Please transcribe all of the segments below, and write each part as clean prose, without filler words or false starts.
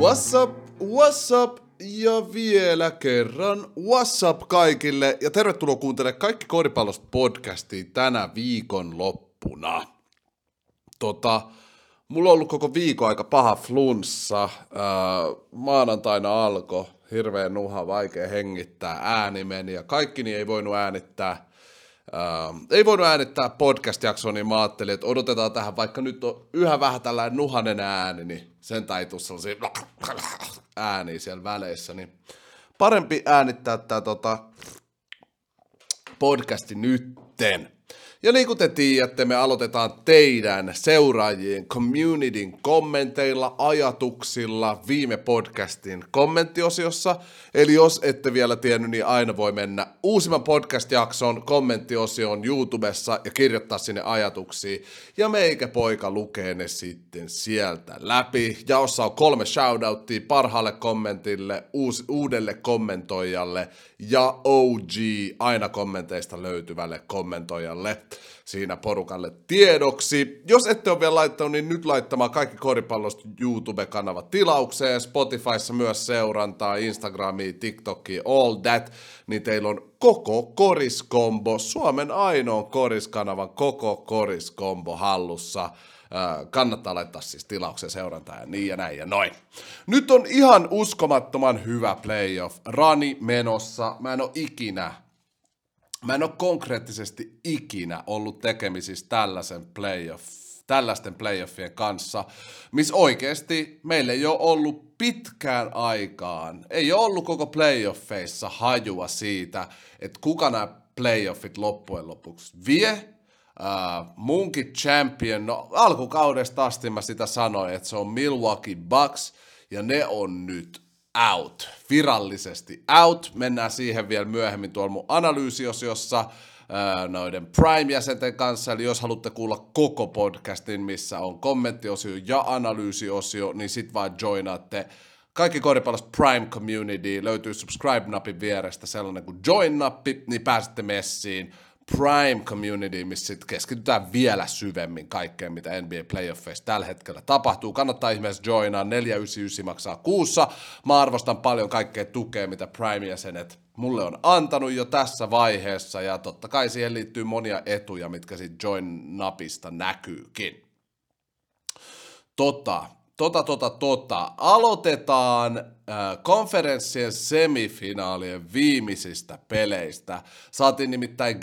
What's up ja vielä kerran what's up kaikille ja tervetuloa kuuntelemaan Kaikki Koripallosta podcastia tänä viikonloppuna. Mulla on ollut koko viikon aika paha flunssa, maanantaina alkoi, hirveä nuha, vaikea hengittää, ääni meni ja kaikki niin ei voinut äänittää podcast-jaksoa, niin mä ajattelin, että odotetaan tähän, vaikka nyt on yhä vähän tällainen nuhanen ääni, niin sen ei tule sellaisia ääniä siellä väleissä, niin parempi äänittää tää podcasti nytten. Ja niin kuin te tiedätte, me aloitetaan teidän seuraajien communityn kommenteilla, ajatuksilla viime podcastin kommenttiosiossa. Eli jos ette vielä tiennyt, niin aina voi mennä uusimman podcast-jakson kommenttiosioon YouTubessa ja kirjoittaa sinne ajatuksia. Ja meikä poika lukee ne sitten sieltä läpi. Jaossa on 3 shoutouttia parhaalle kommentille, uudelle kommentoijalle ja OG aina kommenteista löytyvälle kommentoijalle. Siinä porukalle tiedoksi. Jos ette ole vielä laittanut, niin nyt laittamaan Kaikki Koripallosta YouTube-kanava tilaukseen, Spotifyssa myös seurantaa, Instagramia, TikTokia, all that, niin teillä on koko koriskombo, Suomen ainoan koriskanavan koko koriskombo hallussa. Kannattaa laittaa siis tilaukseen seurantaa ja niin ja näin ja noin. Nyt on ihan uskomattoman hyvä playoff-rani menossa. Mä en ole konkreettisesti ikinä ollut tekemisissä tällaisten playoffien kanssa, missä oikeasti meillä ei ole ollut pitkään aikaan, ei ole ollut koko playoffeissa hajua siitä, että kuka nämä playoffit loppujen lopuksi vie. Munkin champion, no alkukaudesta asti mä sitä sanoin, että se on Milwaukee Bucks, ja ne on nyt out, virallisesti out. Mennään siihen vielä myöhemmin tuolla mun analyysiosiossa noiden Prime-jäsenten kanssa, eli jos haluatte kuulla koko podcastin, missä on kommenttiosio ja analyysiosio, niin sit vaan joinaatte Kaikki Koripallosta Prime Community, löytyy subscribe-napin vierestä sellainen kuin join-nappi, niin pääsette messiin. Prime Community, missä sitten keskitytään vielä syvemmin kaikkeen, mitä NBA Playoffeissa tällä hetkellä tapahtuu. Kannattaa ihmeessä joinaa, 4,99 maksaa kuussa. Mä arvostan paljon kaikkea tukea, mitä Prime-jäsenet mulle on antanut jo tässä vaiheessa, ja totta kai siihen liittyy monia etuja, mitkä sitten join-napista näkyykin. Aloitetaan konferenssien semifinaalien viimeisistä peleistä. Saatiin nimittäin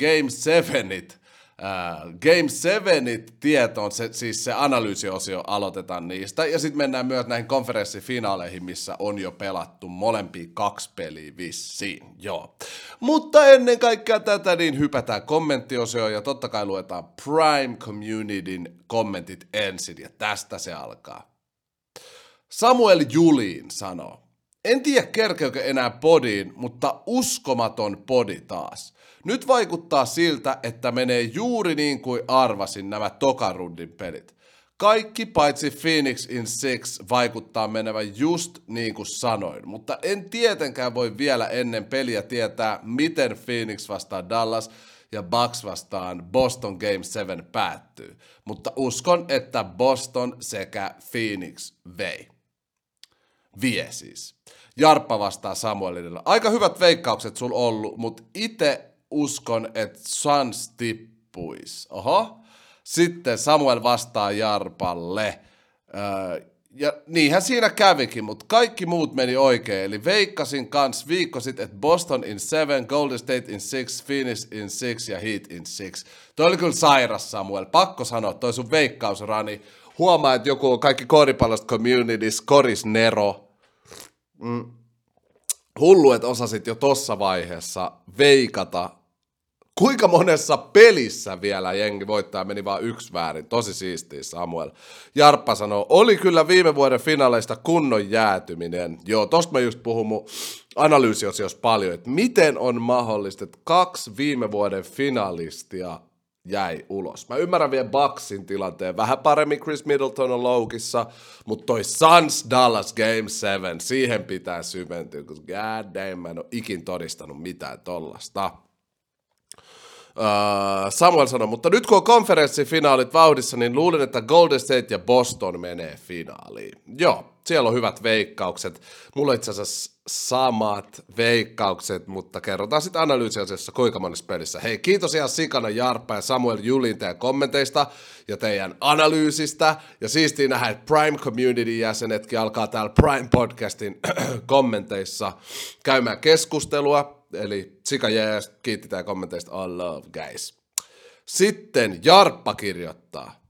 Game 7 tietoon, siis se analyysiosio aloitetaan niistä. Ja sitten mennään myös näihin konferenssifinaaleihin, missä on jo pelattu molempia 2 peliä vissiin. Joo. Mutta ennen kaikkea tätä niin hypätään kommenttiosioon ja totta kai luetaan Prime Communityn kommentit ensin ja tästä se alkaa. Samuel Julin sanoo, en tiedä kerkeykö enää podiin, mutta uskomaton podi taas. Nyt vaikuttaa siltä, että menee juuri niin kuin arvasin nämä tokarundin pelit. Kaikki paitsi Phoenix in 6 vaikuttaa menevän just niin kuin sanoin, mutta en tietenkään voi vielä ennen peliä tietää, miten Phoenix vastaa Dallas ja Bucks vastaan Boston Game 7 päättyy. Mutta uskon, että Boston sekä Phoenix vie siis. Jarppa vastaa Samuelille. Aika hyvät veikkaukset sul ollut, mutta itse uskon, että Suns tippuis. Oho. Sitten Samuel vastaa Jarpalle. Ja niinhän siinä kävikin, mutta kaikki muut meni oikein. Eli veikkasin kans viikko sitten, että Boston in 7, Golden State in 6, Phoenix in 6 ja Heat in 6. Toi oli kyllä sairas, Samuel. Pakko sanoa, toi sun veikkausrani. Huomaa, että joku on Kaikki Koripallosta communities, Koris Nero. Hullu, että osasit jo tossa vaiheessa veikata, kuinka monessa pelissä vielä jengi voittaa, meni vaan 1 väärin. Tosi siistiä, Samuel. Jarppa sanoo, oli kyllä viime vuoden finaaleista kunnon jäätyminen. Joo, tosta mä just puhun mun analyysiosiossa paljon, että miten on mahdollista, että 2 viime vuoden finalistia jäi ulos. Mä ymmärrän vielä Bucksin tilanteen vähän paremmin, Chris Middleton on loukissa, mutta toi Suns Dallas Game 7, siihen pitää syventyä, koska god damn, mä en ole ikin todistanut mitään tollasta. Samuel sanoi, mutta nyt kun on konferenssifinaalit vauhdissa, niin luulen, että Golden State ja Boston menee finaaliin. Joo, siellä on hyvät veikkaukset. Mulla on itse asiassa samat veikkaukset, mutta kerrotaan sitten analyysiasiassa kuinka monessa pelissä. Hei, kiitos ihan sikana Jarppa ja Samuel Julin teidän kommenteista ja teidän analyysistä. Ja siistiä nähdä, että Prime Community-jäsenetkin alkaa täällä Prime Podcastin kommenteissa käymään keskustelua. Eli Sika jees, kiitti teidän kommenteista, all love guys. Sitten Jarppa kirjoittaa.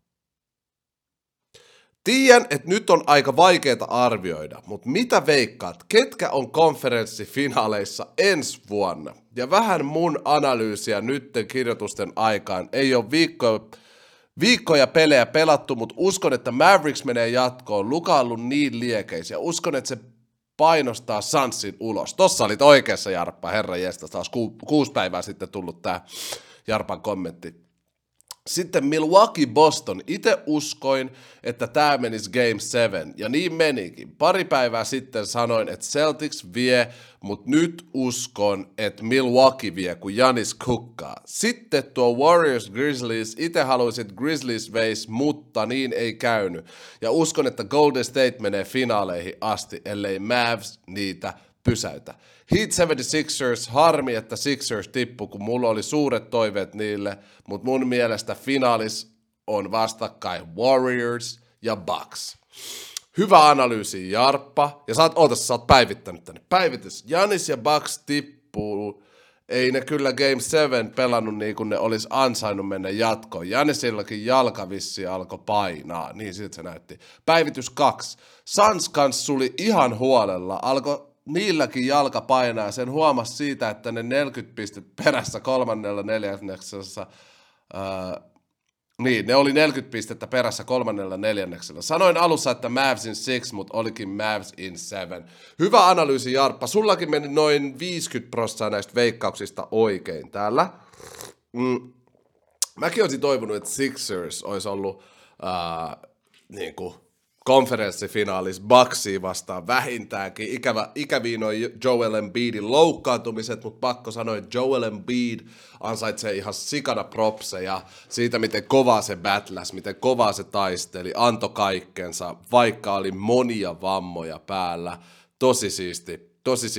Tiedän, että nyt on aika vaikeaa arvioida, mutta mitä veikkaat, ketkä on konferenssifinaaleissa ensi vuonna? Ja vähän mun analyysiä nytten kirjoitusten aikaan. Ei ole viikkoja pelejä pelattu, mutta uskon, että Mavericks menee jatkoon. Luka on ollut niin liekeisiä. Uskon, että se painostaa Sunsin ulos. Tossa olit oikeassa, Jarppa, herra jestä. Taas 6 päivää sitten tullut tää Jarpan kommentti. Sitten Milwaukee-Boston. Itse uskoin, että tämä menisi Game 7, ja niin menikin. Pari päivää sitten sanoin, että Celtics vie, mutta nyt uskon, että Milwaukee vie, kun Giannis kukkaa. Sitten tuo Warriors-Grizzlies. Itse haluaisin, että Grizzlies veisi, mutta niin ei käynyt. Ja uskon, että Golden State menee finaaleihin asti, ellei Mavs niitä pysäytä. Heat 76ers, harmi, että Sixers tippui, kun mulla oli suuret toiveet niille, mutta mun mielestä finaalis on vastakkain Warriors ja Bucks. Hyvä analyysi, Jarppa. Ja sä oot päivittänyt tänne. Päivitys. Giannis ja Bucks tippuu. Ei ne kyllä Game 7 pelannut niin kuin ne olisi ansainnut mennä jatkoon. Giannisillakin jalkavissi alkoi painaa. Niin siltä se näytti. Päivitys 2. Suns kanssa suli ihan huolella. Alkoi niilläkin jalka painaa. Sen huomasi siitä, että ne 40 pistettä perässä 3.4. Niin, ne oli 40 pistettä perässä 3.4. Sanoin alussa, että Mavs in 6, mutta olikin Mavs in 7. Hyvä analyysi, Jarppa. Sullakin meni noin 50% näistä veikkauksista oikein täällä. Mäkin olisin toivonut, että Sixers olisi ollut niinku konferenssifinaalis Bucksia vastaan vähintäänkin. Ikäviin on Joel Embiidin loukkaantumiset, mutta pakko sanoa, että Joel Embiid ansaitsee ihan sikana propseja siitä, miten kovaa se battles, miten kovaa se taisteli, antoi kaikkensa, vaikka oli monia vammoja päällä. Tosi siisti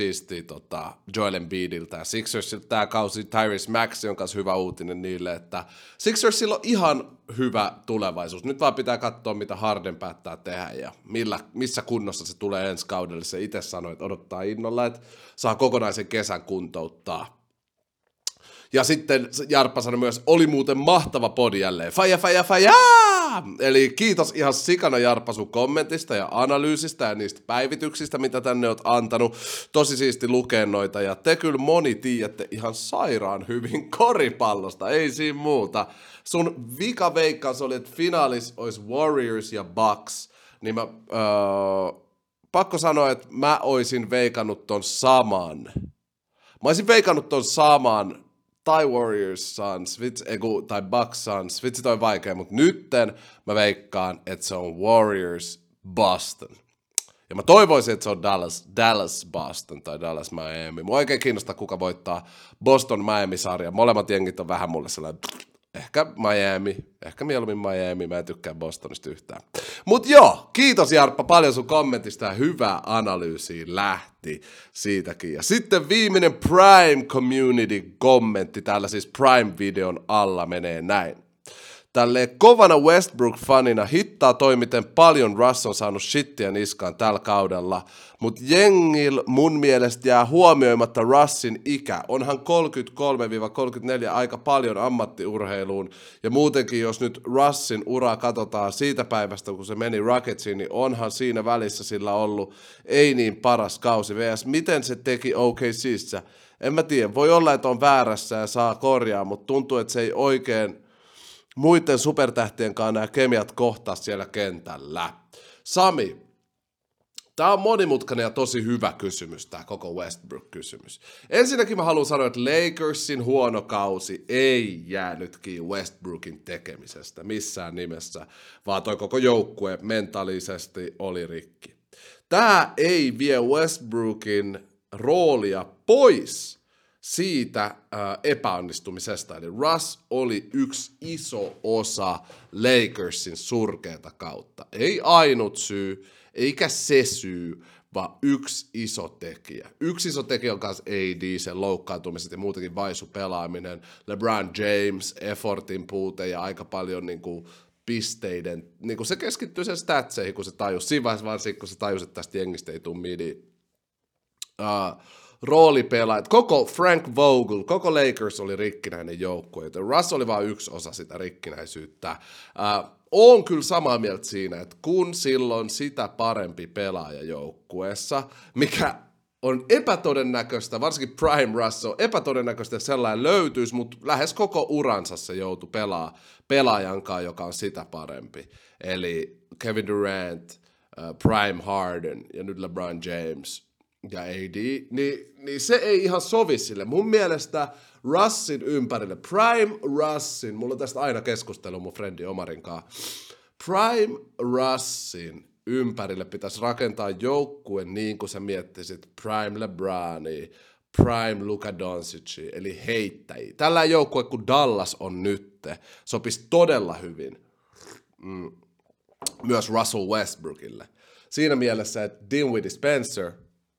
Joel Embiidiltä. Ja Sixersilta tämä kausi Tyrese Maxey on kanssa hyvä uutinen niille, että Sixersilla on ihan hyvä tulevaisuus. Nyt vaan pitää katsoa, mitä Harden päättää tehdä ja missä kunnossa se tulee ensi kaudelle. Se itse sanoi, että odottaa innolla, että saa kokonaisen kesän kuntouttaa. Ja sitten Jarppa sanoi myös, oli muuten mahtava podi jälleen. Faija! Eli kiitos ihan sikana Jarppa sun kommentista ja analyysistä ja niistä päivityksistä, mitä tänne oot antanut. Tosi siisti lukea noita ja te kyllä moni tiedätte ihan sairaan hyvin koripallosta, ei siinä muuta. Sun vikaveikkaus oli, että finaalis olisi Warriors ja Bucks, niin pakko sanoa, että mä oisin veikannut ton saman. Mä oisin veikannut ton saman tai Warriors Suns, tai Bucks Suns, vitsi toi vaikea, mutta nytten mä veikkaan, että se on Warriors Boston. Ja mä toivoisin, että se on Dallas Boston tai Dallas Miami. Mua oikein kiinnostaa, kuka voittaa Boston Miami-sarja. Molemmat jengit on vähän mulle sellainen, ehkä Miami, ehkä mieluummin Miami, mä en tykkää Bostonista yhtään. Mut joo, kiitos Jarppa paljon sun kommentista ja hyvää analyysiä lähti siitäkin. Ja sitten viimeinen Prime Community kommentti, täällä siis Prime-videon alla menee näin. Tälleen kovana Westbrook-fanina hittaa toi, miten paljon Russ on saanut shittiä niskaan tällä kaudella, mutta jengil mun mielestä jää huomioimatta Russin ikä. Onhan 33-34 aika paljon ammattiurheiluun, ja muutenkin jos nyt Russin uraa katsotaan siitä päivästä, kun se meni Rocketsiin, niin onhan siinä välissä sillä ollut ei niin paras kausi. VS, miten se teki OKC:ssä? En mä tiedä, voi olla, että on väärässä ja saa korjaa, mutta tuntuu, että se ei oikein muiden supertähtien kanssa nämä kemiat kohtaa siellä kentällä. Sami, tämä on monimutkainen ja tosi hyvä kysymys, tämä koko Westbrook-kysymys. Ensinnäkin mä haluan sanoa, että Lakersin huono kausi ei jäänyt kiinni Westbrookin tekemisestä missään nimessä, vaan toi koko joukkue mentaalisesti oli rikki. Tämä ei vie Westbrookin roolia pois siitä epäonnistumisesta. Eli Russ oli yksi iso osa Lakersin surkeata kautta. Ei ainut syy, eikä se syy, vaan yksi iso tekijä. Yksi iso tekijä on myös AD, sen loukkaantumiset ja muutenkin vaisu pelaaminen, LeBron James, effortin puute ja aika paljon niin kuin pisteiden, niin kuin se keskittyy sen statseihin, kun se tajusi, siinä vaiheessa varsinkin, kun se tajusi, että tästä jengistä ei tule midi. Roolipelaajat, koko Frank Vogel, koko Lakers oli rikkinäinen joukkue, joten Russ oli vain yksi osa sitä rikkinäisyyttä. Oon kyllä samaa mieltä siinä, että kun silloin sitä parempi pelaaja joukkueessa, mikä on epätodennäköistä, varsinkin Prime Russ on epätodennäköistä, että sellainen löytyisi, mutta lähes koko uransa se joutui pelaajankaan, joka on sitä parempi. Eli Kevin Durant, Prime Harden ja nyt LeBron James ja AD, niin se ei ihan sovi sille. Mun mielestä Russin ympärille, Prime Russin, mulla on tästä aina keskustelu mun friendi Omarin kanssa, Prime Russin ympärille pitäisi rakentaa joukkue niin kuin sä miettisit Prime LeBronia, Prime Luka Doncicia, eli heittäjiä. Tällä joukkue kuin Dallas on nytte, sopisi todella hyvin myös Russell Westbrookille. Siinä mielessä, että Dinwiddie Spencer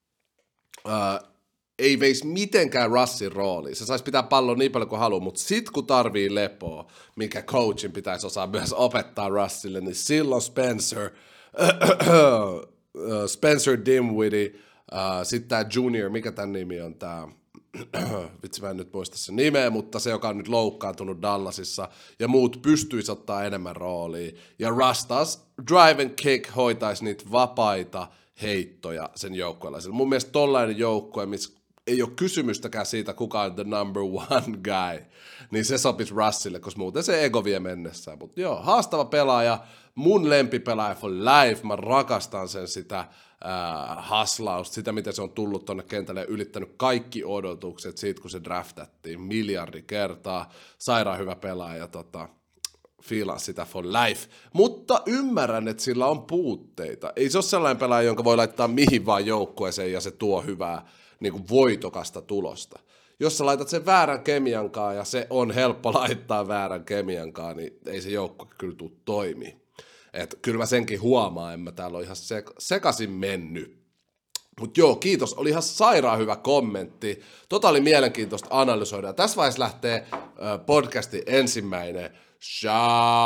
ei veisi mitenkään Russin rooliin. Se saisi pitää pallon niin paljon kuin haluaa, mutta sit kun tarvii lepoa, mikä coachin pitäisi osaa myös opettaa Russille, niin silloin Spencer Dinwiddie, sitten tämä junior, mikä tämän nimi on, tämä, vitsi mä en nyt muista sen nimeä, mutta se, joka on nyt loukkaantunut Dallasissa, ja muut pystyisi ottaa enemmän roolia, ja Russ taas drive and kick hoitaisi niitä vapaita heittoja sen joukkueella. Mun mielestä tollainen joukkue, missä ei ole kysymystäkään siitä, kuka on the number one guy, niin se sopisi Russille, koska muuten se ego vie mennessään. Mutta joo, haastava pelaaja, mun lempipelaaja for life, mä rakastan sen sitä haslausta, sitä miten se on tullut tonne kentälle ja ylittänyt kaikki odotukset siitä, kun se draftattiin miljardi kertaa, sairaan hyvä pelaaja, fiilaan sitä for life, mutta ymmärrän, että sillä on puutteita. Ei se ole sellainen pelaaja, jonka voi laittaa mihin vaan joukkueeseen ja se tuo hyvää niin kuin voitokasta tulosta. Jos sä laitat sen väärän kemiankaan ja se on helppo laittaa väärän kemiankaan, niin ei se joukkue kyllä tule toimii. Että kyllä mä senkin huomaan, en mä täällä ole ihan sekaisin mennyt. Mutta joo, kiitos. Oli ihan sairaan hyvä kommentti. Oli mielenkiintoista analysoida. Ja tässä vaiheessa lähtee podcastin ensimmäinen shout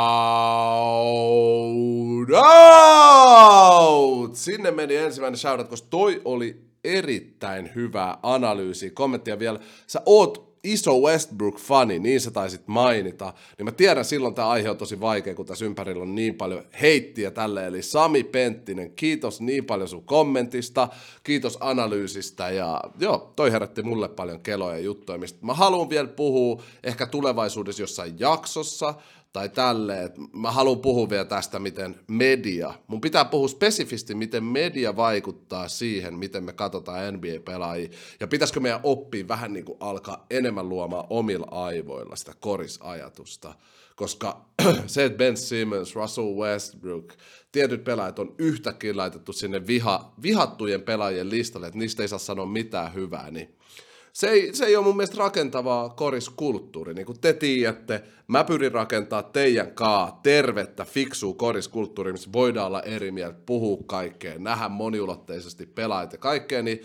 out! Sinne meni ensimmäinen shout out, koska toi oli erittäin hyvä analyysi. Kommenttia vielä. Sä oot iso Westbrook-fani, niin sä taisit mainita, niin mä tiedän silloin tämä aihe on tosi vaikea, kun tässä ympärillä on niin paljon heittiä tälle, eli Sami Penttinen, kiitos niin paljon sun kommentista, kiitos analyysistä, ja joo, toi herätti mulle paljon keloja ja juttuja, mistä mä haluan vielä puhua ehkä tulevaisuudessa jossain jaksossa, tai tälleen, että mä haluan puhua vielä tästä, miten mun pitää puhua spesifisti, miten media vaikuttaa siihen, miten me katsotaan NBA-pelaajia, ja pitäisikö meidän oppia vähän niin kuin alkaa enemmän luomaan omilla aivoilla sitä korisajatusta, koska se, että Ben Simmons, Russell Westbrook, tietyt pelaajat on yhtäkkiä laitettu sinne vihattujen pelaajien listalle, että niistä ei saa sanoa mitään hyvää, niin se ei ole mun mielestä rakentavaa koriskulttuuri. Niin kuin te tiedätte, mä pyrin rakentaa teidän kaa tervettä, fiksua koriskulttuuria, missä voidaan olla eri mieltä, puhua kaikkea, nähdä moniulotteisesti pelaajat ja kaikkea, niin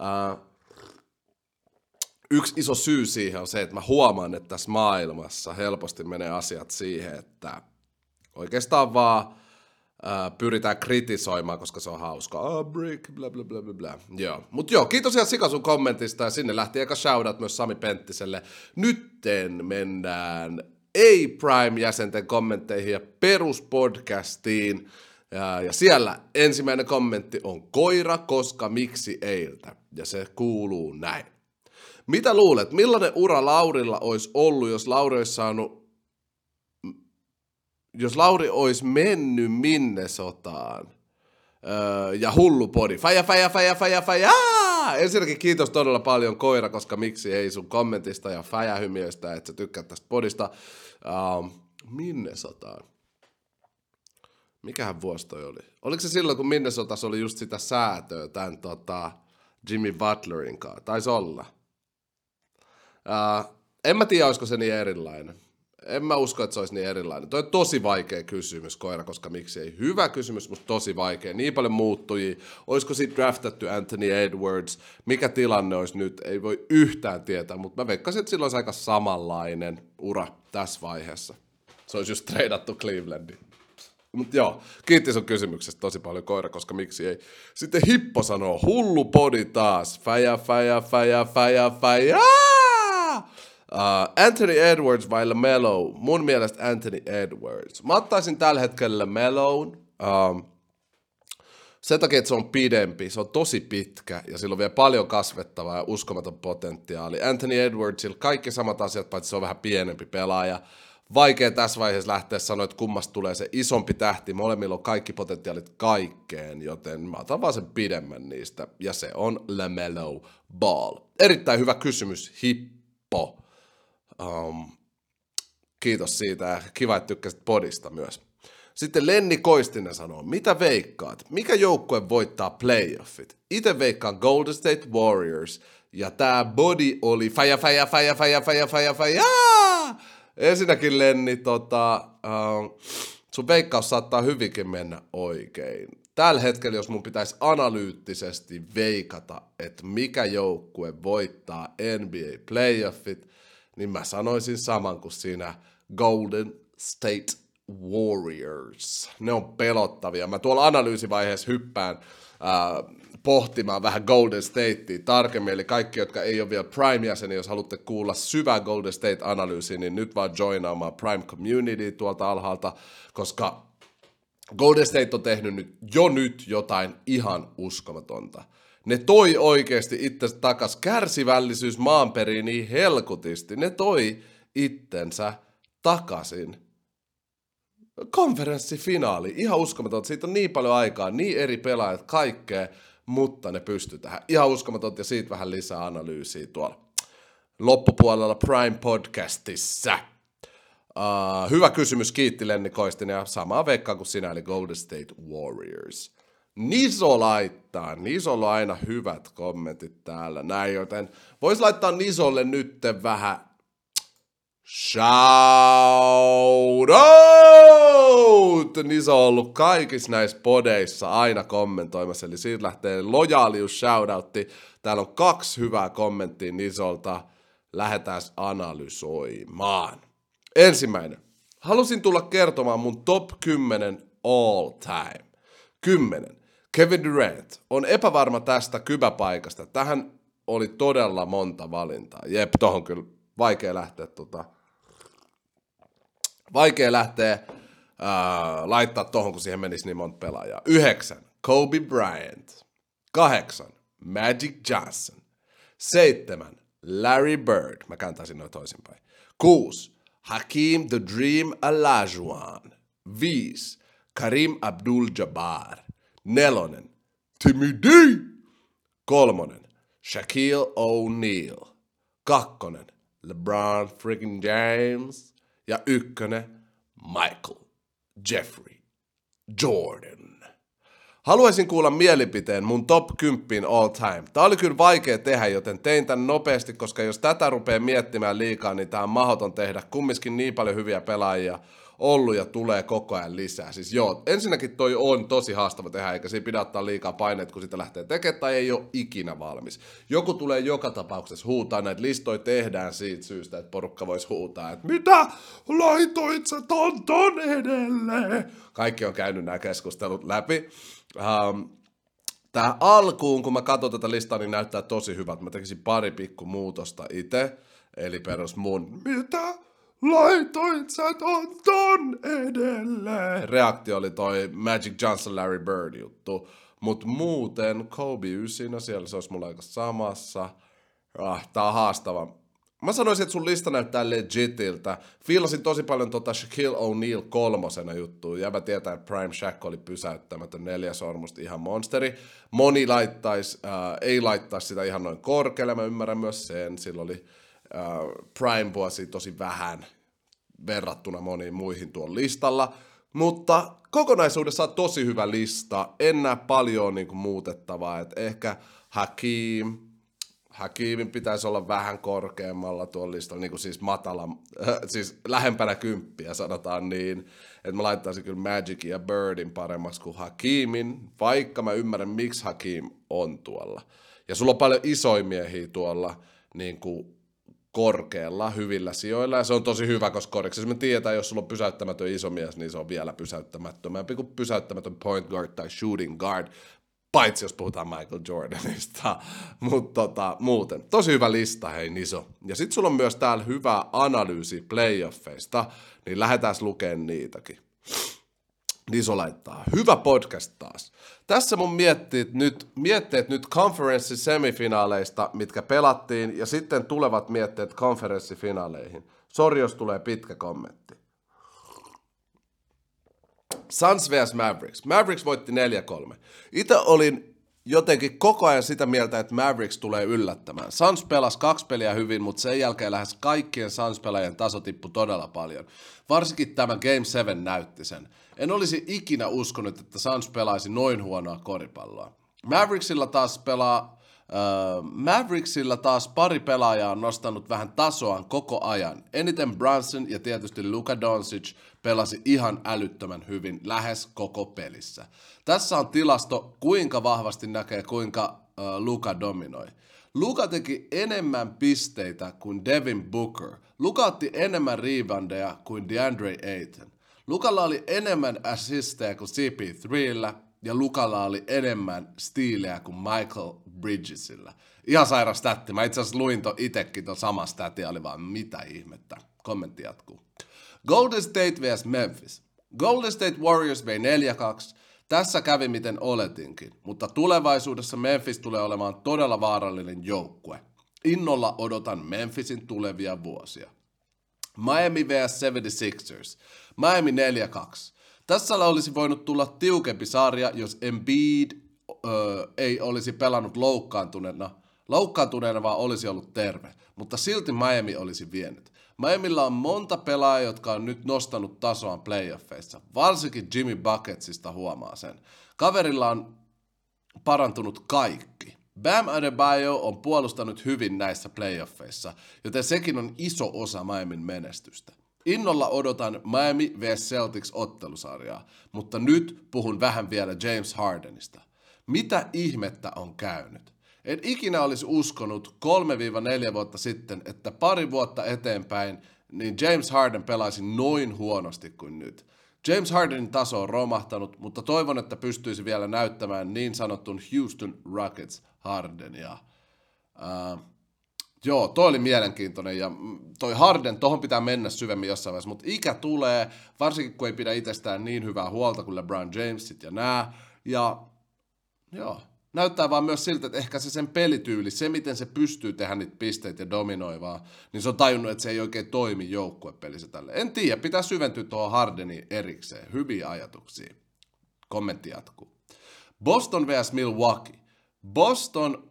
yksi iso syy siihen on se, että mä huomaan, että tässä maailmassa helposti menee asiat siihen, että oikeastaan vaan pyritään kritisoimaan, koska se on hauskaa. Brick, bla bla bla bla bla. Joo. Mut joo, kiitos ihan Sika sun kommentista ja sinne lähti eka shoutout myös Sami Penttiselle. Nytten mennään A-Prime-jäsenten kommentteihin ja peruspodcastiin. Ja siellä ensimmäinen kommentti on koira, koska miksi eiltä? Ja se kuuluu näin. Mitä luulet, millainen ura Laurilla olisi ollut, jos Lauri olisi mennyt Minnesotaan ja hullu podi. Faja! Ensinnäkin kiitos todella paljon koira, koska miksi ei sun kommentista ja fäjähymiöistä, että sä tykkäät tästä podista. Minnesotaan. Mikähän vuosi toi oli? Oliko se silloin, kun Minnesotassa oli just sitä säätöä tämän Jimmy Butlerin kanssa? Taisi olla. En mä tiedä, olisiko se niin erilainen. En mä usko, että se olisi niin erilainen. Toi on tosi vaikea kysymys, koira, koska miksi ei. Hyvä kysymys, mutta tosi vaikea. Niin paljon muuttujia. Olisiko siitä draftattu Anthony Edwards? Mikä tilanne olisi nyt? Ei voi yhtään tietää, mutta mä veikkasin, että sillä olisi aika samanlainen ura tässä vaiheessa. Se olisi just treidattu Clevelandiin. Mutta joo, kiitti sun kysymyksestä tosi paljon, koira, koska miksi ei. Sitten Hippo sanoo, hullu podi taas. Fäjä. Anthony Edwards vai LaMelo? Mun mielestä Anthony Edwards. Mä ottaisin tällä hetkellä LaMeloon. Sen takia, että se on pidempi, se on tosi pitkä ja sillä on vielä paljon kasvettavaa ja uskomaton potentiaali. Anthony Edwardsilla kaikki samat asiat, paitsi se on vähän pienempi pelaaja. Vaikea tässä vaiheessa lähteä sanoa, että kummasta tulee se isompi tähti. Molemmilla on kaikki potentiaalit kaikkeen, joten mä otan vaan sen pidemmän niistä. Ja se on LaMelo Ball. Erittäin hyvä kysymys, Hippo. Kiitos siitä ja kiva, että tykkäsit podista myös. Sitten Lenni Koistinen sanoo, mitä veikkaat? Mikä joukkue voittaa playoffit? Itse veikkaan Golden State Warriors ja tää body oli fäjä. Ensinnäkin Lenni, sun veikkaus saattaa hyvinkin mennä oikein. Tällä hetkellä, jos mun pitäisi analyyttisesti veikata, että mikä joukkue voittaa NBA playoffit, niin mä sanoisin saman kuin siinä Golden State Warriors. Ne on pelottavia. Mä tuolla analyysivaiheessa hyppään pohtimaan vähän Golden Statea tarkemmin, eli kaikki, jotka ei ole vielä Prime-jäseniä, jos haluatte kuulla syvää Golden State-analyysiä, niin nyt vaan joinaamaan Prime Community tuolta alhaalta, koska Golden State on tehnyt nyt jotain ihan uskomatonta. Ne toi oikeasti itsensä takas, kärsivällisyys maanperiin niin helkutisti, ne toi itsensä takaisin. Konferenssifinaali, ihan uskomatonta, siitä on niin paljon aikaa, niin eri pelaajat, kaikkea, mutta ne pystyy tähän. Ihan uskomatonta ja siitä vähän lisää analyysiä tuolla loppupuolella Prime Podcastissa. Hyvä kysymys, kiitti Lenni Koistinen ja samaa veikkaa kuin sinä, eli Golden State Warriors. Nisolla on aina hyvät kommentit täällä, näin, joten vois laittaa Nisolle nytten vähän shout out! Niso on ollut kaikissa näissä podeissa aina kommentoimassa, eli siitä lähtee lojaalius shoutoutti. Täällä on 2 hyvää kommenttia Nisolta, lähdetään analysoimaan. Ensimmäinen. Halusin tulla kertomaan mun top 10 all time. 10. Kevin Durant on epävarma tästä kybäpaikasta. Tähän oli todella monta valintaa. Jep, tohon kyllä vaikea lähteä laittaa tohon, kun siihen menisi niin monta pelaajaa. 9. Kobe Bryant. 8. Magic Johnson. 7. Larry Bird. Mä kääntäisin noin toisinpäin. 6. Hakeem the Dream Olajuwon. 5. Kareem Abdul-Jabbar. 4. Timmy D. 3. Shaquille O'Neal. 2. LeBron freaking James. Ja 1. Michael Jeffrey Jordan. Haluaisin kuulla mielipiteen mun top 10 all time. Tää oli kyllä vaikea tehdä, joten tein tän nopeasti, koska jos tätä rupeaa miettimään liikaa, niin tää on mahdoton tehdä. Kumminkin niin paljon hyviä pelaajia ollut ja tulee koko ajan lisää. Siis joo, ensinnäkin toi on tosi haastava tehdä, eikä siinä pidä ottaa liikaa paineet, kun sitä lähtee tekemään, tai ei ole ikinä valmis. Joku tulee joka tapauksessa huutaa, näitä listoja tehdään siitä syystä, että porukka voisi huutaa, että mitä laitoit sä ton edelleen? Kaikki on käynyt nämä keskustelut läpi. Tähän alkuun, kun mä katson tätä listaa, niin näyttää tosi hyvältä. Mä tekisin pari pikku muutosta itse, eli perus mun mitä laitoit sä ton edelleen? Reaktio oli toi Magic Johnson Larry Bird juttu, mut muuten Kobe 9, siellä se olisi mulla aika samassa. Tää on haastava. Mä sanoisin, että sun lista näyttää legitiltä. Fiilasin tosi paljon Shaquille O'Neal 3. juttuun. Jäbä tietää, että Prime Shaq oli pysäyttämätön 4 sormusta, ihan monsteri. Moni ei laittaisi sitä ihan noin korkealle, mä ymmärrän myös sen. Silloin oli Prime-vuosi tosi vähän verrattuna moniin muihin tuolla listalla. Mutta kokonaisuudessaan tosi hyvä lista. En näe paljon niin kuin muutettavaa. Et ehkä Hakeem Hakimin pitäisi olla vähän korkeammalla tuolla listalla, niin kuin siis siis lähempänä 10, sanotaan niin, että mä laittaisin kyllä Magicin ja Birdin paremmaksi kuin Hakimin, vaikka mä ymmärrän, miksi Hakim on tuolla. Ja sulla on paljon isoja miehiä tuolla niin kuin korkealla, hyvillä sijoilla, ja se on tosi hyvä, koska korkeassa me tiedetään, jos sulla on pysäyttämätön iso mies, niin se on vielä pysäyttämättömämpi kuin pysäyttämätön point guard tai shooting guard, paitsi jos puhutaan Michael Jordanista, mutta muuten. Tosi hyvä lista, hei Niso. Ja sit sulla on myös täällä hyvä analyysi playoffeista, niin lähdetään lukemaan niitäkin. Niso laittaa. Hyvä podcast taas. Tässä mun mietteet nyt konferenssisemifinaaleista, mitkä pelattiin, ja sitten tulevat mietteet konferenssifinaaleihin. Sori, jos tulee pitkä kommentti. Suns vs Mavericks. Mavericks voitti 4-3. Itse olin jotenkin koko ajan sitä mieltä, että Mavericks tulee yllättämään. Suns pelasi 2 peliä hyvin, mutta sen jälkeen lähes kaikkien Suns-pelaajien taso tippui todella paljon. Varsinkin tämä Game 7 näytti sen. En olisi ikinä uskonut, että Suns pelaisi noin huonoa koripalloa. Mavericksilla taas pari pelaajaa on nostanut vähän tasoaan koko ajan. Eniten Brunson ja tietysti Luka Doncic pelasi ihan älyttömän hyvin lähes koko pelissä. Tässä on tilasto, kuinka vahvasti näkee, kuinka Luka dominoi. Luka teki enemmän pisteitä kuin Devin Booker. Luka otti enemmän reboundeja kuin DeAndre Ayton. Lukalla oli enemmän assisteja kuin CP3:llä ja Lukalla oli enemmän stiilejä kuin Michael Bridgesillä. Ihan sairas stätti. Mä itse asiassa luin itekin ton sama stäti, oli vaan mitä ihmettä. Kommentti jatkuu. Golden State vs Memphis. Golden State Warriors vei 4-2. Tässä kävi miten oletinkin, mutta tulevaisuudessa Memphis tulee olemaan todella vaarallinen joukkue. Innolla odotan Memphisin tulevia vuosia. Miami vs 76ers. Miami 4-2. Tässä olisi voinut tulla tiukempi sarja, jos Embiid ei olisi pelannut loukkaantuneena, vaan olisi ollut terve. Mutta silti Miami olisi vienyt. Miamilla on monta pelaajaa, jotka on nyt nostanut tasoaan playoffeissa. Varsinkin Jimmy Bucketsista huomaa sen. Kaverilla on parantunut kaikki. Bam Adebayo on puolustanut hyvin näissä playoffeissa, joten sekin on iso osa Miamin menestystä. Innolla odotan Miami vs Celtics ottelusarjaa, mutta nyt puhun vähän vielä James Hardenista. Mitä ihmettä on käynyt? En ikinä olisi uskonut 3-4 vuotta sitten, että pari vuotta eteenpäin niin James Harden pelaisi noin huonosti kuin nyt. James Hardenin taso on romahtanut, mutta toivon, että pystyisi vielä näyttämään niin sanotun Houston Rockets Hardenia. Joo, toi oli mielenkiintoinen ja toi Harden, tohon pitää mennä syvemmin jossain vaiheessa, mutta ikä tulee, varsinkin kun ei pidä itsestään niin hyvää huolta kuin LeBron Jamesit ja nää. Ja joo, näyttää vaan myös siltä, että ehkä se sen pelityyli, se miten se pystyy tehdä niitä pisteitä ja dominoivaa, niin se on tajunnut, että se ei oikein toimi joukkuepelissä tälle. En tiedä, pitää syventyä tuohon Hardeniin erikseen. Hyviä ajatuksia. Kommentti jatkuu. Boston vs Milwaukee. Boston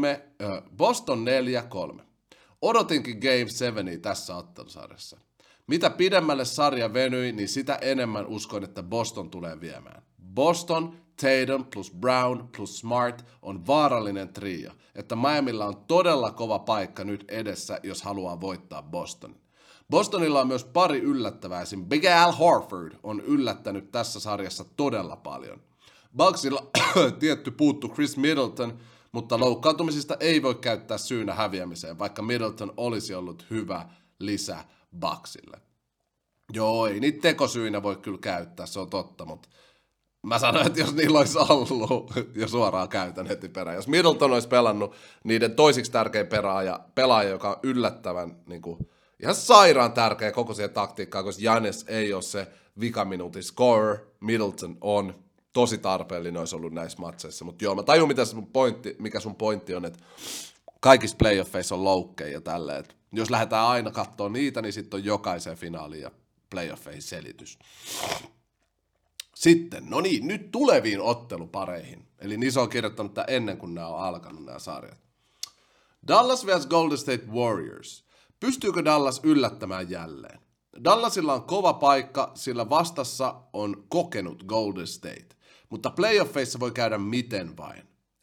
4-3. Odotinkin Game 7 tässä ottelusarjassa. Mitä pidemmälle sarja venyi, niin sitä enemmän uskon, että Boston tulee viemään. Boston, Tatum plus Brown plus Smart on vaarallinen trio, että Miamilla on todella kova paikka nyt edessä, jos haluaa voittaa Bostonin. Bostonilla on myös pari yllättävää, esim. Big Al Horford on yllättänyt tässä sarjassa todella paljon. Bucksilla tietty puuttu Chris Middleton, mutta loukkaantumisista ei voi käyttää syynä häviämiseen, vaikka Middleton olisi ollut hyvä lisä Bucksille. Joo, ei niitä tekosyinä voi kyllä käyttää, se on totta, mutta mä sanoin, että jos niillä olisi ollut, ja suoraan käytän heti perään, jos Middleton olisi pelannut niiden toisiksi tärkein pelaaja, joka on yllättävän niin kuin, ihan sairaan tärkeä koko siihen taktiikkaan, koska Giannis ei ole se vikaminuutin scorer, Middleton on. Tosi tarpeellinen olisi ollut näissä matseissa, mutta joo, mä tajun, mikä sun pointti on, että kaikissa playoffeissa on loukkeja ja tälleen, että jos lähdetään aina katsoa niitä, niin sitten on jokaiseen finaaliin ja playoffeihin selitys. Sitten, no niin, nyt tuleviin ottelupareihin, eli Niso on kirjoittanut tämän ennen kuin nämä on alkanut nämä sarjat. Dallas vs Golden State Warriors. Pystyykö Dallas yllättämään jälleen? Dallasilla on kova paikka, sillä vastassa on kokenut Golden State. Mutta playoffeissa voi käydä miten vain.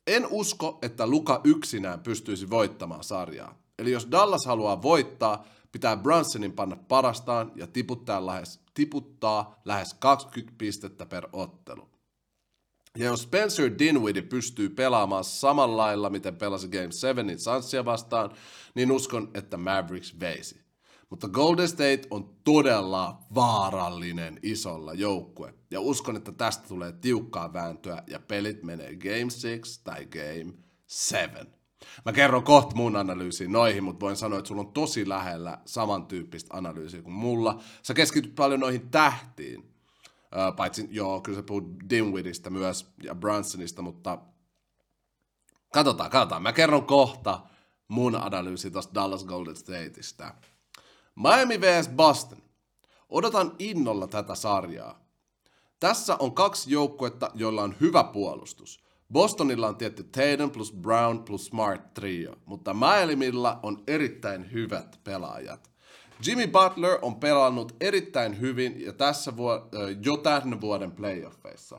En usko, että Luka yksinään pystyisi voittamaan sarjaa. Eli jos Dallas haluaa voittaa, pitää Brunsonin panna parastaan ja tiputtaa lähes 20 pistettä per ottelu. Ja jos Spencer Dinwiddie pystyy pelaamaan samalla lailla, miten pelasi Game 7 Sunsia vastaan, niin uskon, että Mavericks veisi. Mutta Golden State on todella vaarallinen isolla joukkue. Ja uskon, että tästä tulee tiukkaa vääntöä ja pelit menee Game 6 tai Game 7. Mä kerron kohta mun analyysiin noihin, mutta voin sanoa, että sulla on tosi lähellä samantyyppistä analyysiä kuin mulla. Sä keskityt paljon noihin tähtiin. Paitsi, kyllä sä puhut Dinwiddiestä myös ja Brunsonista, mutta katsotaan. Mä kerron kohta mun analyysi tosta Dallas Golden Stateista. Miami vs Boston. Odotan innolla tätä sarjaa. Tässä on 2 joukkuetta, joilla on hyvä puolustus. Bostonilla on tietty Tatum plus Brown plus Smart trio, mutta Miamilla on erittäin hyvät pelaajat. Jimmy Butler on pelannut erittäin hyvin ja tässä jo tämän vuoden playoffeissa.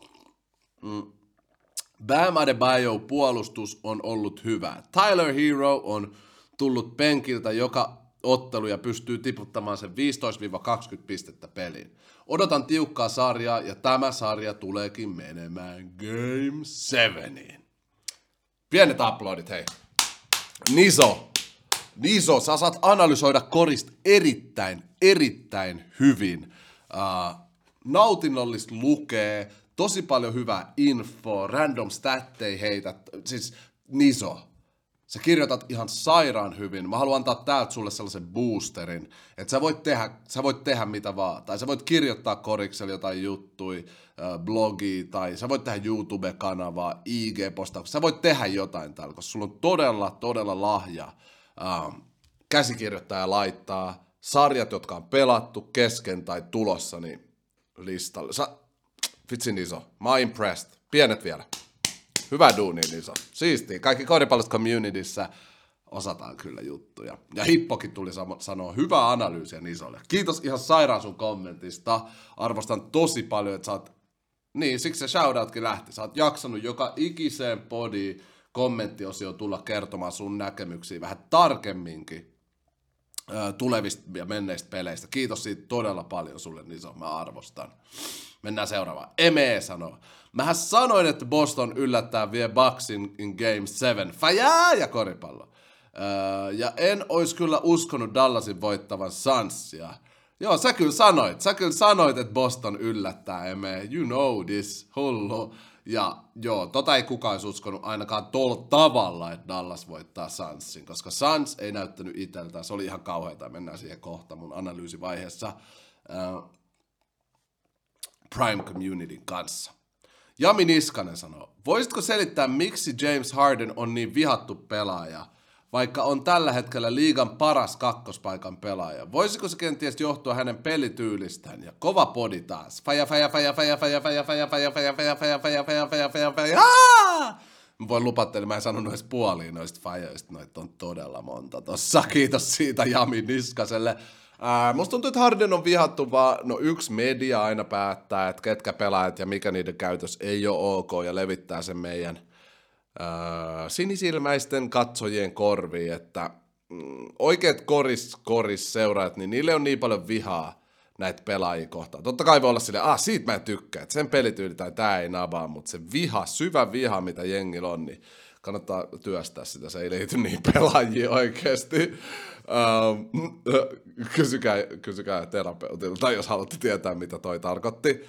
Bam Adebayo puolustus on ollut hyvä. Tyler Hero on tullut penkiltä joka ottelu ja pystyy tiputtamaan sen 15-20 pistettä peliin. Odotan tiukkaa sarjaa ja tämä sarja tuleekin menemään Game 7. Pienet aplodit, hei. Niso, sä saat analysoida korista erittäin hyvin. Nautinnollista lukee, tosi paljon hyvää infoa, random statteja heität. Siis Niso, sä kirjoitat ihan sairaan hyvin. Mä haluan antaa täältä sulle sellaisen boosterin, että sä voit tehdä mitä vaan. Tai sä voit kirjoittaa koriksella jotain juttui, blogia, tai sä voit tehdä YouTube-kanavaa, IG-postauksia. Sä voit tehdä jotain täällä, koska sulla on todella lahja. Käsikirjoittaja laittaa sarjat, jotka on pelattu kesken tai tulossa, niin listalle. Vitsin iso. Mä oon impressed. Pienet vielä. Hyvä duuni, iso. Siistiä. Kaikki koripallosta communityssä osataan kyllä juttuja. Ja Hippokin tuli sanoa hyvää analyysiä Nisolle. Kiitos ihan sairaan sun kommentista. Arvostan tosi paljon, että sä oot... Niin, siksi se shoutoutkin lähti. Sä oot jaksanut joka ikiseen podiin kommenttiosio tulla kertomaan sun näkemyksiä vähän tarkemminkin tulevista ja menneistä peleistä. Kiitos siitä todella paljon sulle, Niso. Mä arvostan. Mennään seuraavaan. Eme sanoo. Mähän sanoin, että Boston yllättää vie Bucksin in Game 7. Fajaa ja koripallo. Ja en ois kyllä uskonut Dallasin voittavan Sunsia. Joo, sä kyllä sanoit, että Boston yllättää, Eme. You know this, hullu. Ja joo, ei kukaan olisi uskonut ainakaan tuolla tavalla, että Dallas voittaa Sunsin, koska Suns ei näyttänyt itseltään. Se oli ihan kauheata, mennään siihen kohta mun analyysivaiheessa Prime Communityn kanssa. Jami Niskanen sanoo, voisitko selittää, miksi James Harden on niin vihattu pelaaja, vaikka on tällä hetkellä liigan paras kakkospaikan pelaaja? Voisiko se kenties johtua hänen pelityylistään? Ja kova podi taas. Faja. Mä voin lupaa teille, mä en sanonut edes puoliin noista fajoista. Noita on todella monta tossa. Kiitos siitä Jami Niskaselle. Musta tuntuu, että Harden on vihattu vaan, yksi media aina päättää, että ketkä pelaajat ja mikä niiden käytös ei ole ok ja levittää sen meidän sinisilmäisten katsojien korviin, että oikeat koris seuraajat, niin niille on niin paljon vihaa näitä pelaajia kohtaan. Totta kai voi olla silleen, siitä mä en tykkää, että sen pelityyli tai tää ei nabaa, mutta se syvä viha, mitä jengillä on, niin kannattaa työstää sitä, se ei liity niin pelaajiin oikeasti. Kysykää terapeutilta, tai jos haluatte tietää, mitä toi tarkoitti.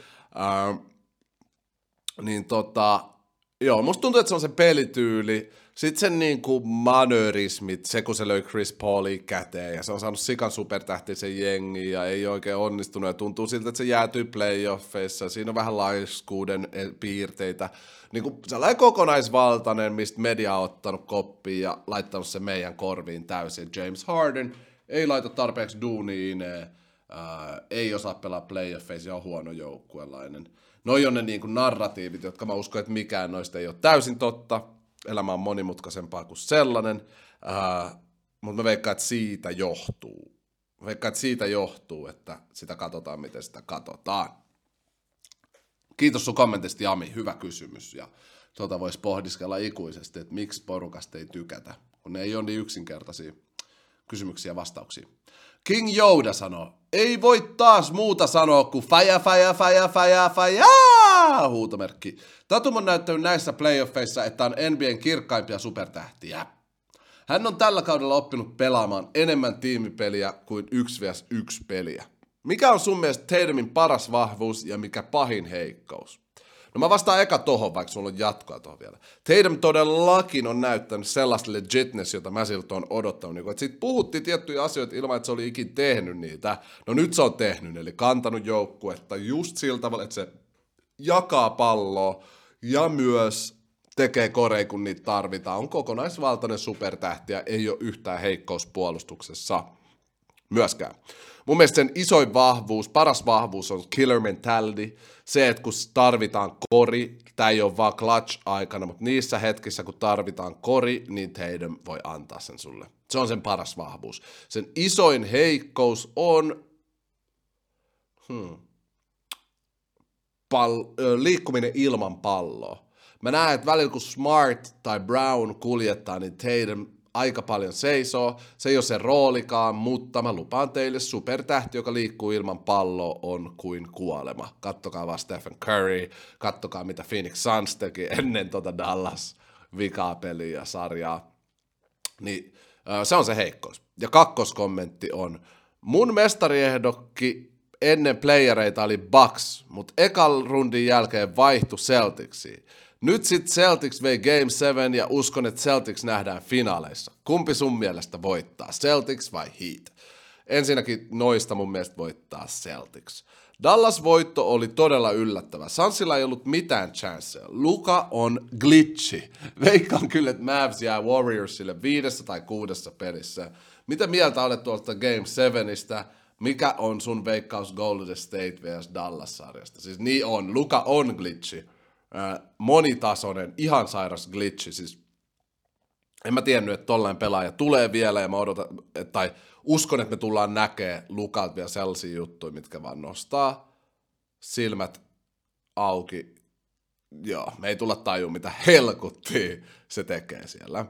Joo, musta tuntuu, että se on se pelityyli, sitten sen niinku manöörismit, se kun se löi Chris Paulin käteen ja se on saanut sikan supertähtisen jengi ja ei oikein onnistunut ja tuntuu siltä, että se jäätyy playoffeissa, siinä on vähän laiskuuden piirteitä, niinku sellainen kokonaisvaltainen, mistä media on ottanut koppiin ja laittanut se meidän korviin täysin. James Harden ei laita tarpeeksi duuniin, ei osaa pelaa playoffeissa ja on huono joukkuelainen. Noi on ne niin kuin narratiivit, jotka mä uskon, että mikään noista ei ole täysin totta. Elämä on monimutkaisempaa kuin sellainen, mutta mä veikkaan, että siitä johtuu. Että sitä katsotaan, miten sitä katsotaan. Kiitos sun kommentista, Jami. Hyvä kysymys ja voisi pohdiskella ikuisesti, että miksi porukasta ei tykätä, kun ne ei ole niin yksinkertaisia kysymyksiä ja vastauksia. King Yoda sanoo, ei voi taas muuta sanoa kuin faja, huutomerkki. Tatum on näyttänyt näissä playoffeissa, että on NBAn kirkkaimpia supertähtiä. Hän on tällä kaudella oppinut pelaamaan enemmän tiimipeliä kuin 1vs1 peliä. Mikä on sun mielestä Tatumin paras vahvuus ja mikä pahin heikkous? No mä vastaan eka tohon, vaikka sulla on jatkoa tohon vielä. Tatum todellakin on näyttänyt sellaista legitness, jota mä siltä on odottanut. Että siitä puhuttiin tiettyjä asioita ilman, että se oli ikin tehnyt niitä. No nyt se on tehnyt, eli kantanut joukkuetta just sillä tavalla, että se jakaa palloa ja myös tekee koreja, kun niitä tarvitaan. On kokonaisvaltainen supertähtiä, ei ole yhtään heikkouspuolustuksessa myöskään. Mun mielestä sen isoin vahvuus, paras vahvuus on killer mentality. Se, että kun tarvitaan kori, tämä ei ole vaan clutch-aikana, mutta niissä hetkissä, kun tarvitaan kori, niin Tatum voi antaa sen sulle. Se on sen paras vahvuus. Sen isoin heikkous on liikkuminen ilman palloa. Mä näen, että välillä kun Smart tai Brown kuljettaa, niin Tatum aika paljon seisoo. Se ei ole se roolikaan, mutta mä lupaan teille supertähti, joka liikkuu ilman palloa, on kuin kuolema. Kattokaa vaan Stephen Curry, kattokaa mitä Phoenix Suns teki ennen Dallas vikaa peliä ja sarjaa. Niin se on se heikkous. Ja kakkoskommentti on, mun mestariehdokki ennen playereita oli Bucks, mutta ekan rundin jälkeen vaihtui Celticsiin. Nyt sit Celtics vei Game 7 ja uskon, että Celtics nähdään finaaleissa. Kumpi sun mielestä voittaa, Celtics vai Heat? Ensinnäkin noista mun mielestä voittaa Celtics. Dallas-voitto oli todella yllättävä. Sunsilla ei ollut mitään chanceja. Luka on glitchi. Veikkaan kyllä, että Mavs jää Warriorsille 5 tai 6 pelissä. Mitä mieltä olet tuolta Game 7:istä? Mikä on sun veikkaus Golden State vs Dallas-sarjasta? Siis niin on. Luka on glitchi. Monitasoinen, ihan sairas glitchi. Siis en mä tiennyt, että tollainen pelaaja tulee vielä ja mä odotan, tai uskon, että me tullaan näkemään Lukalta vielä sellaisia juttuja, mitkä vaan nostaa silmät auki. Joo, me ei tulla tajua, mitä helkuttia se tekee siellä.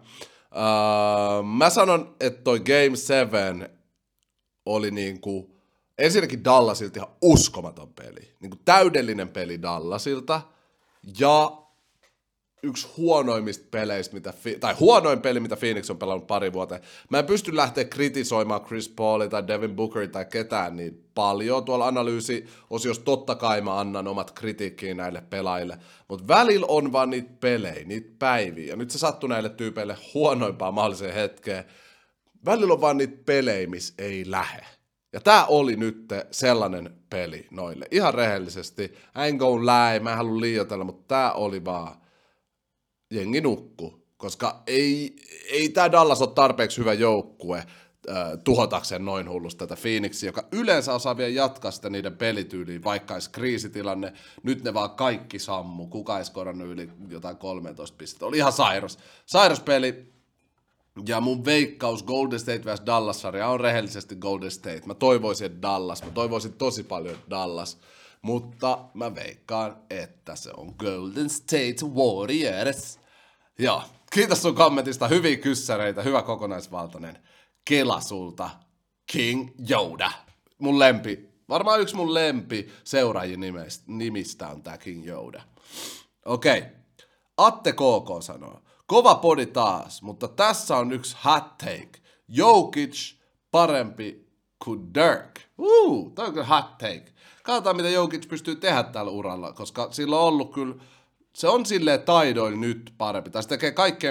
Mä sanon, että toi Game 7 oli niinku, ensinnäkin Dallasilta ihan uskomaton peli. Niinku täydellinen peli Dallasilta. Ja yksi huonoimmista peleistä, tai huonoin peli, mitä Phoenix on pelannut pari vuoteen. Mä en pysty lähteä kritisoimaan Chris Paulia tai Devin Bookeria tai ketään niin paljon. Tuolla analyysi-osiossa totta kai mä annan omat kritiikkiin näille pelaajille. Mutta välillä on vaan niitä pelejä, niitä päiviä. Ja nyt se sattui näille tyypeille huonoimpaan mahdolliseen hetkeen. Välillä on vaan niitä pelejä, missä ei lähe. Ja tää oli nyt sellainen peli noille. Ihan rehellisesti. Ain't gonna lie, mä en halua liioitella, mutta tää oli vaan jengi nukku. Koska ei tää Dallas ole tarpeeksi hyvä joukkue tuhotakseen noin hullusti tätä Phoenixia, joka yleensä osaa vielä jatkaa sitä niiden pelityyliin, vaikka olisi kriisitilanne. Nyt ne vaan kaikki sammu. Kuka ei skorannut yli jotain 13 pistettä. Oli ihan sairas. Sairas peli. Ja mun veikkaus Golden State vs Dallas-sarja on rehellisesti Golden State. Mä toivoisin, että Dallas. Mä toivoisin tosi paljon Dallas. Mutta mä veikkaan, että se on Golden State Warriors. Joo, kiitos sun kommentista. Hyviä kyssäreitä, hyvä kokonaisvaltainen. Kela sulta, King Yoda. Mun lempi, varmaan yksi mun lempi seuraajien nimistä on tää King Yoda. Okei, Atte KK sanoo. Kova podi taas, mutta tässä on yksi hot take. Jokic parempi kuin Dirk. Toi on kyllä hot take. Katsotaan, mitä Jokic pystyy tehdä tällä uralla, koska sillä on ollut kyllä, se on silleen taidoin nyt parempi. Tai se tekee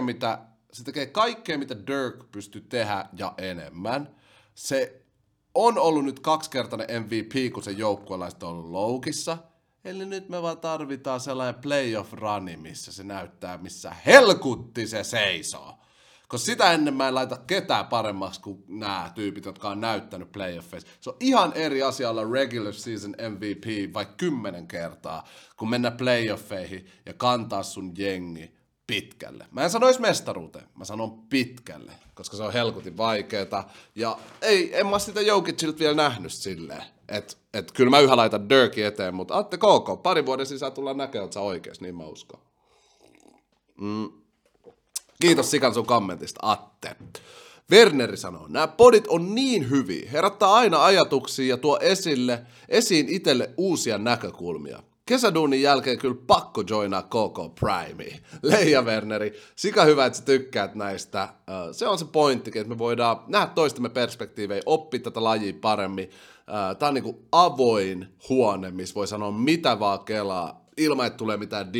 kaikkea, mitä Dirk pystyy tehdä ja enemmän. Se on ollut nyt 2-kertainen MVP, kun se joukkuelaiset on ollut loukissa. Eli nyt me vaan tarvitaan sellainen playoff-runi, missä se näyttää, missä helkutti se seisoo. Koska sitä ennen mä en laita ketään paremmaksi kuin nämä tyypit, jotka on näyttänyt playoffeissa. Se on ihan eri asia olla regular season MVP vaikka 10 kertaa, kun mennä playoffeihin ja kantaa sun jengi pitkälle. Mä en sanoisi mestaruuteen, mä sanon pitkälle, koska se on helkutin vaikeeta. Ja en mä sitä Jokicilta vielä nähnyt silleen. Että kyllä mä yhä laitan Dirkin eteen, mutta Atte KK, pari vuoden sisään tullaan näkemään, että sä oikees, niin mä uskon. Kiitos Sikan sun kommentista, Atte. Werneri sanoo, nämä podit on niin hyviä, herättää aina ajatuksia ja tuo esiin itselle uusia näkökulmia. Kesäduunin jälkeen kyllä pakko joinaa KK Primea. Leija Werneri, sika hyvä, että sä tykkäät näistä. Se on se pointtikin, että me voidaan nähdä toistemme perspektiivejä, oppia tätä lajia paremmin. Tää on niinku avoin huone, missä voi sanoa mitä vaan kelaa, ilman että tulee mitään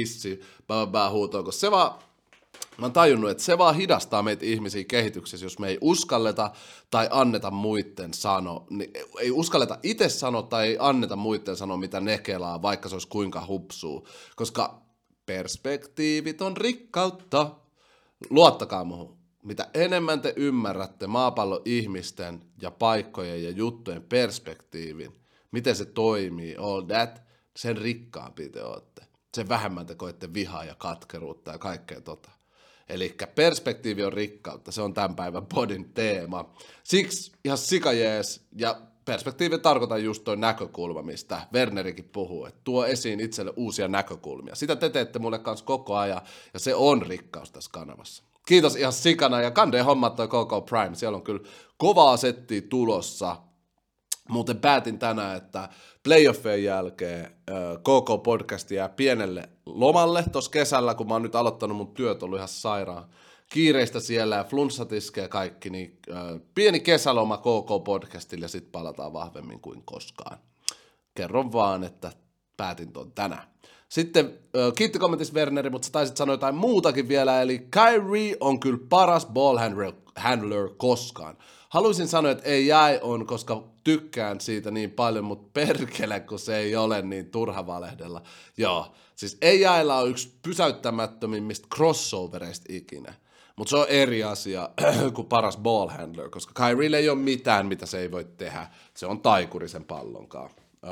huutoa, koska se vaan... Mä oon tajunnut, että se vaan hidastaa meitä ihmisiä kehityksessä, jos me ei uskalleta tai anneta muitten sanoa. Ei uskalleta itse sanoa tai ei anneta muitten sanoa, mitä ne kelaa, vaikka se olisi kuinka hupsuu. Koska perspektiivit on rikkautta. Luottakaa muuhun. Mitä enemmän te ymmärrätte maapallon ihmisten ja paikkojen ja juttujen perspektiivin, miten se toimii, all that, sen rikkaampi te ootte. Sen vähemmän te koette vihaa ja katkeruutta ja kaikkea tota. Eli perspektiivi on rikkautta, se on tämän päivän podin teema. Siksi ihan sikajees, ja perspektiivi tarkoitan just toi näkökulma, mistä Wernerikin puhuu, että tuo esiin itselle uusia näkökulmia. Sitä te teette mulle kanssa koko ajan, ja se on rikkaus tässä kanavassa. Kiitos ihan sikana, ja kandeen hommat toi KK Prime, siellä on kyllä kovaa settiä tulossa. Muuten päätin tänään, että playoffien jälkeen KK-podcast jää pienelle lomalle tuossa kesällä, kun mä oon nyt aloittanut mun työt, ollut ihan sairaan kiireistä siellä ja flunssat iskee kaikki, niin pieni kesäloma KK-podcastille ja sit palataan vahvemmin kuin koskaan. Kerron vaan, että päätin ton tänään. Sitten kiitti kommentissa Werneri, mutta sä taisit sanoa jotain muutakin vielä, eli Kyrie on kyllä paras ball handler koskaan. Haluaisin sanoa, että ei jäi on, koska tykkään siitä niin paljon, mutta perkele, kun se ei ole niin turha valehdella. Joo, siis ei jäillä on yksi pysäyttämättömimmistä crossovereista ikinä. Mutta se on eri asia kuin paras ball handler, koska Kyrielle ei ole mitään, mitä se ei voi tehdä. Se on taikuri sen pallonkaan.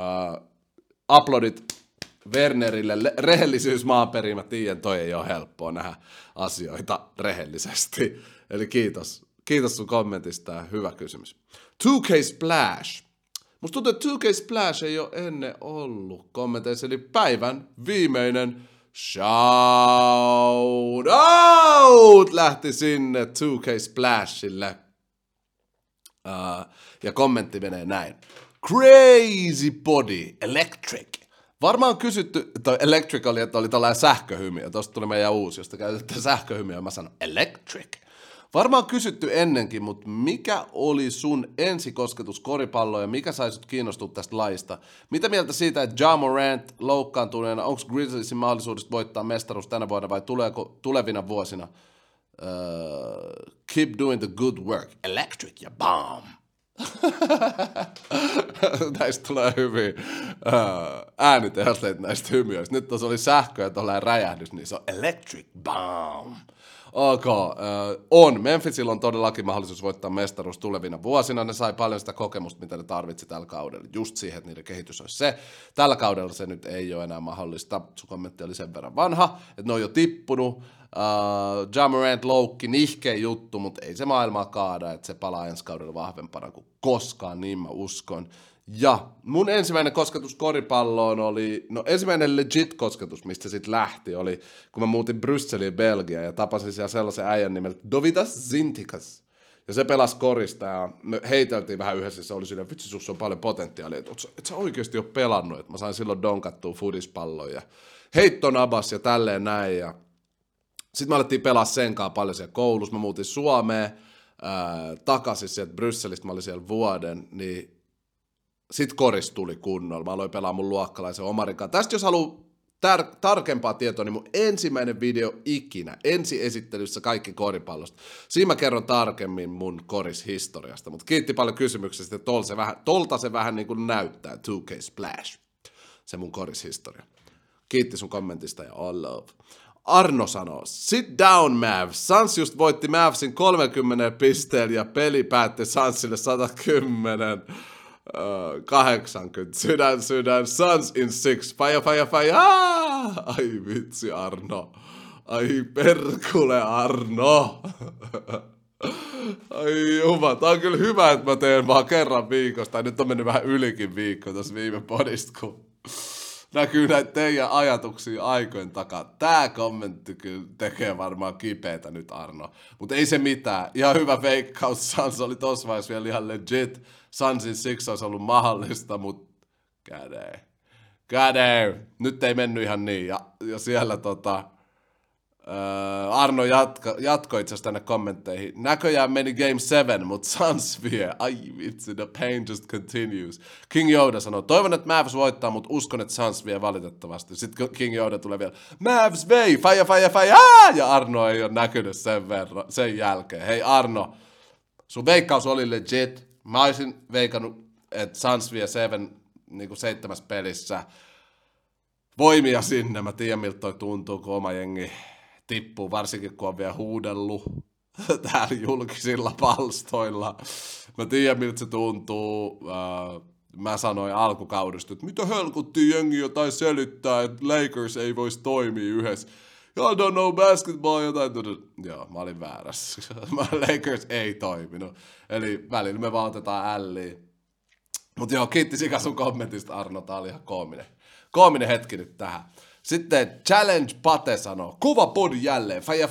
Uploadit Wernerille, rehellisyys maanperin, mä tiedän, toi ei ole helppoa nähdä asioita rehellisesti. Eli kiitos. Kiitos sun kommentista ja hyvä kysymys. 2K Splash. Musta tuntuu, että 2K Splash ei ole ennen ollut kommenteissa, eli päivän viimeinen shout out lähti sinne 2K Splashille. Ja kommentti menee näin. Crazy body, electric. Varmaan kysytty, toi electric oli, että oli tällainen sähköhymiö. Tuosta tuli meidän uusi, josta käytetään sähköhymiö, ja mä sanon electric. Varmaan kysytty ennenkin, mutta mikä oli sun ensikosketus koripalloon ja mikä sai sut kiinnostua tästä lajista? Mitä mieltä siitä, että Ja Morant loukkaantuneena, onko Grizzliesin mahdollisuudesta voittaa mestaruus tänä vuonna vai tuleeko tulevina vuosina? Keep doing the good work. Electric ja bomb. Näistä tulee hyviä äänitehosteita näistä hymiöistä. Nyt tuossa oli sähkö ja tuollainen räjähdys, niin se on electric bomb. Ok, on. Memphisillä on todellakin mahdollisuus voittaa mestaruus tulevina vuosina. Ne sai paljon sitä kokemusta, mitä ne tarvitsi tällä kaudella. Just siihen, että niiden kehitys olisi se. Tällä kaudella se nyt ei ole enää mahdollista. Sun kommentti oli sen verran vanha, että ne on jo tippunut. Ja Morant loukki, nihkeä juttu, mutta ei se maailmaa kaada, että se palaa ensi kaudella vahvempana kuin koskaan, niin mä uskon. Ja mun ensimmäinen kosketus koripalloon oli, no ensimmäinen legit kosketus, mistä sitten lähti, oli kun mä muutin Brysseliin Belgiaan ja tapasin siellä sellaisen äijän nimeltä Dovidas Zintikas. Ja se pelasi korista ja me heiteltiin vähän yhdessä, se oli siinä, vitsi sussa on paljon potentiaalia, että et sä oikeasti ole pelannut, että mä sain silloin donkattua fudispallon ja heittonabas ja tälleen näin. Ja sitten me alettiin pelaa senkaan paljon siellä koulussa, mä muutin Suomeen, takaisin sieltä Brysselistä, mä olin siellä vuoden, niin sitten koris tuli kunnolla. Mä aloin pelaa mun luokkalaisen Omarin kanssa. Tästä jos haluaa tarkempaa tietoa, niin mun ensimmäinen video ikinä, ensiesittelyssä kaikki koripallosta. Siinä mä kerron tarkemmin mun korishistoriasta. Mutta kiitti paljon kysymyksestä, että tolta se vähän niin kuin näyttää, 2K Splash, se mun korishistoria. Kiitti sun kommentista ja all love. Arno sanoo, sit down Mavs. Suns just voitti Mavsin 30 pisteellä ja peli päätti Sunsille 110. 80, sydän, Suns in 6, faija, ai vitsi Arno, ai perkule Arno, ai juma, tää on kyllä hyvä, että mä teen vaan kerran viikossa, tai nyt on mennyt vähän ylikin viikko tossa viime podista, kun näkyy näitä teidän ajatuksia aikojen takaa. Tää kommentti kyllä tekee varmaan kipeätä nyt, Arno. Mutta ei se mitään. Ihan hyvä veikkaus. Suns oli tossa vaiheessa vielä ihan legit. Sunsin siksi olisi ollut mahdollista, mutta käde. Nyt ei mennyt ihan niin. Ja siellä Arno jatkoi itse asiassa tänne kommentteihin. Näköjään meni Game 7, mutta Suns vie. Ai vitsi, the pain just continues. King Yoda sanoo, toivon, että Mavs voittaa, mutta uskon, että Suns vie valitettavasti. Sitten King Yoda tulee vielä, Mavs vei, faija, ja Arno ei ole näkynyt sen jälkeen. Hei Arno, sun veikkaus oli legit. Mä olisin veikannut, että Suns vie 7 pelissä. Voimia sinne, mä tiedän miltä toi tuntuu, kun oma jengi tippuu, varsinkin kun on vielä huudellut täällä julkisilla palstoilla. Mä tiedän miltä se tuntuu. Mä sanoin alkukaudesta, että mitä helkuttiin jengi jotain selittää, että Lakers ei voisi toimia yhdessä. I don't know basketball, jotain. Joo, mä olin väärässä. Lakers ei toiminut. Eli välillä me vaan otetaan älliä. Mutta joo, kiitti Sika sun kommentista, Arno. Tää oli ihan koominen hetki nyt tähän. Sitten Challenge Pate sanoo, kuva podi jälleen, faija.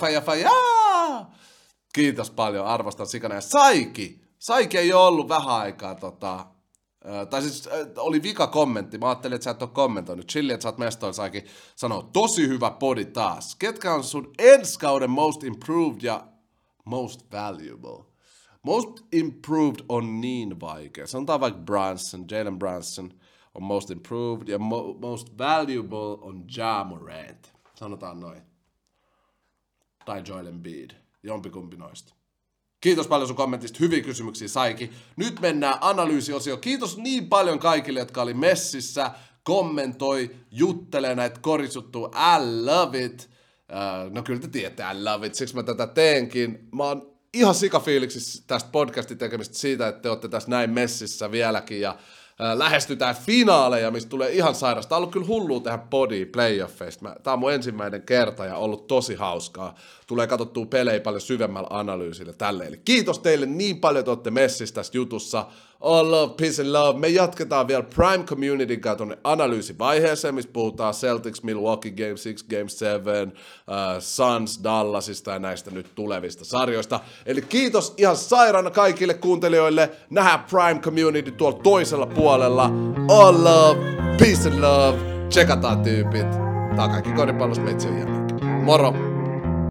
Kiitos paljon, arvostan sikana. Ja Saiki ei ole ollut vähän aikaa, tai siis oli vika kommentti, mä ajattelin, että sä et ole kommentoinut. Chilli, että sä oot mestoilla, Saiki sanoo, tosi hyvä podi taas. Ketkä on sun ensi kauden most improved ja most valuable? Most improved on niin vaikea. Sanotaan vaikka Jalen Brunson on most improved ja most valuable on Ja Morant. Sanotaan noin. Tai Joel Embiid. Jompikumpi noista. Kiitos paljon sun kommentista. Hyviä kysymyksiä, Saiki. Nyt mennään analyysiosioon. Kiitos niin paljon kaikille, jotka oli messissä, kommentoi, juttelee näitä korisuttua. I love it. No kyllä te tiedätte, I love it. Siksi mä tätä teenkin. Mä oon ihan sikafiiliksissä tästä podcastin tekemistä siitä, että te olette tässä näin messissä vieläkin ja lähestytään finaaleja, mistä tulee ihan sairasta. Tää on ollut kyllä hullua tehdä podia playoffeista. Tää on mun ensimmäinen kerta ja ollut tosi hauskaa. Tulee katsottua pelejä paljon syvemmällä analyysillä tälleen. Eli kiitos teille niin paljon, että olette messissä tässä jutussa. All love, peace and love. Me jatketaan vielä Prime Communityn kanssa tuonne analyysivaiheeseen, missä puhutaan Celtics, Milwaukee Game 6, Game 7, Suns, Dallasista ja näistä nyt tulevista sarjoista. Eli kiitos ihan sairaana kaikille kuuntelijoille. Nähdään Prime Community tuolla toisella puolella. All love, peace and love. Tsekataan tyypit. Tää on kaikki koripallosta, meitsi on jälkeen. Moro!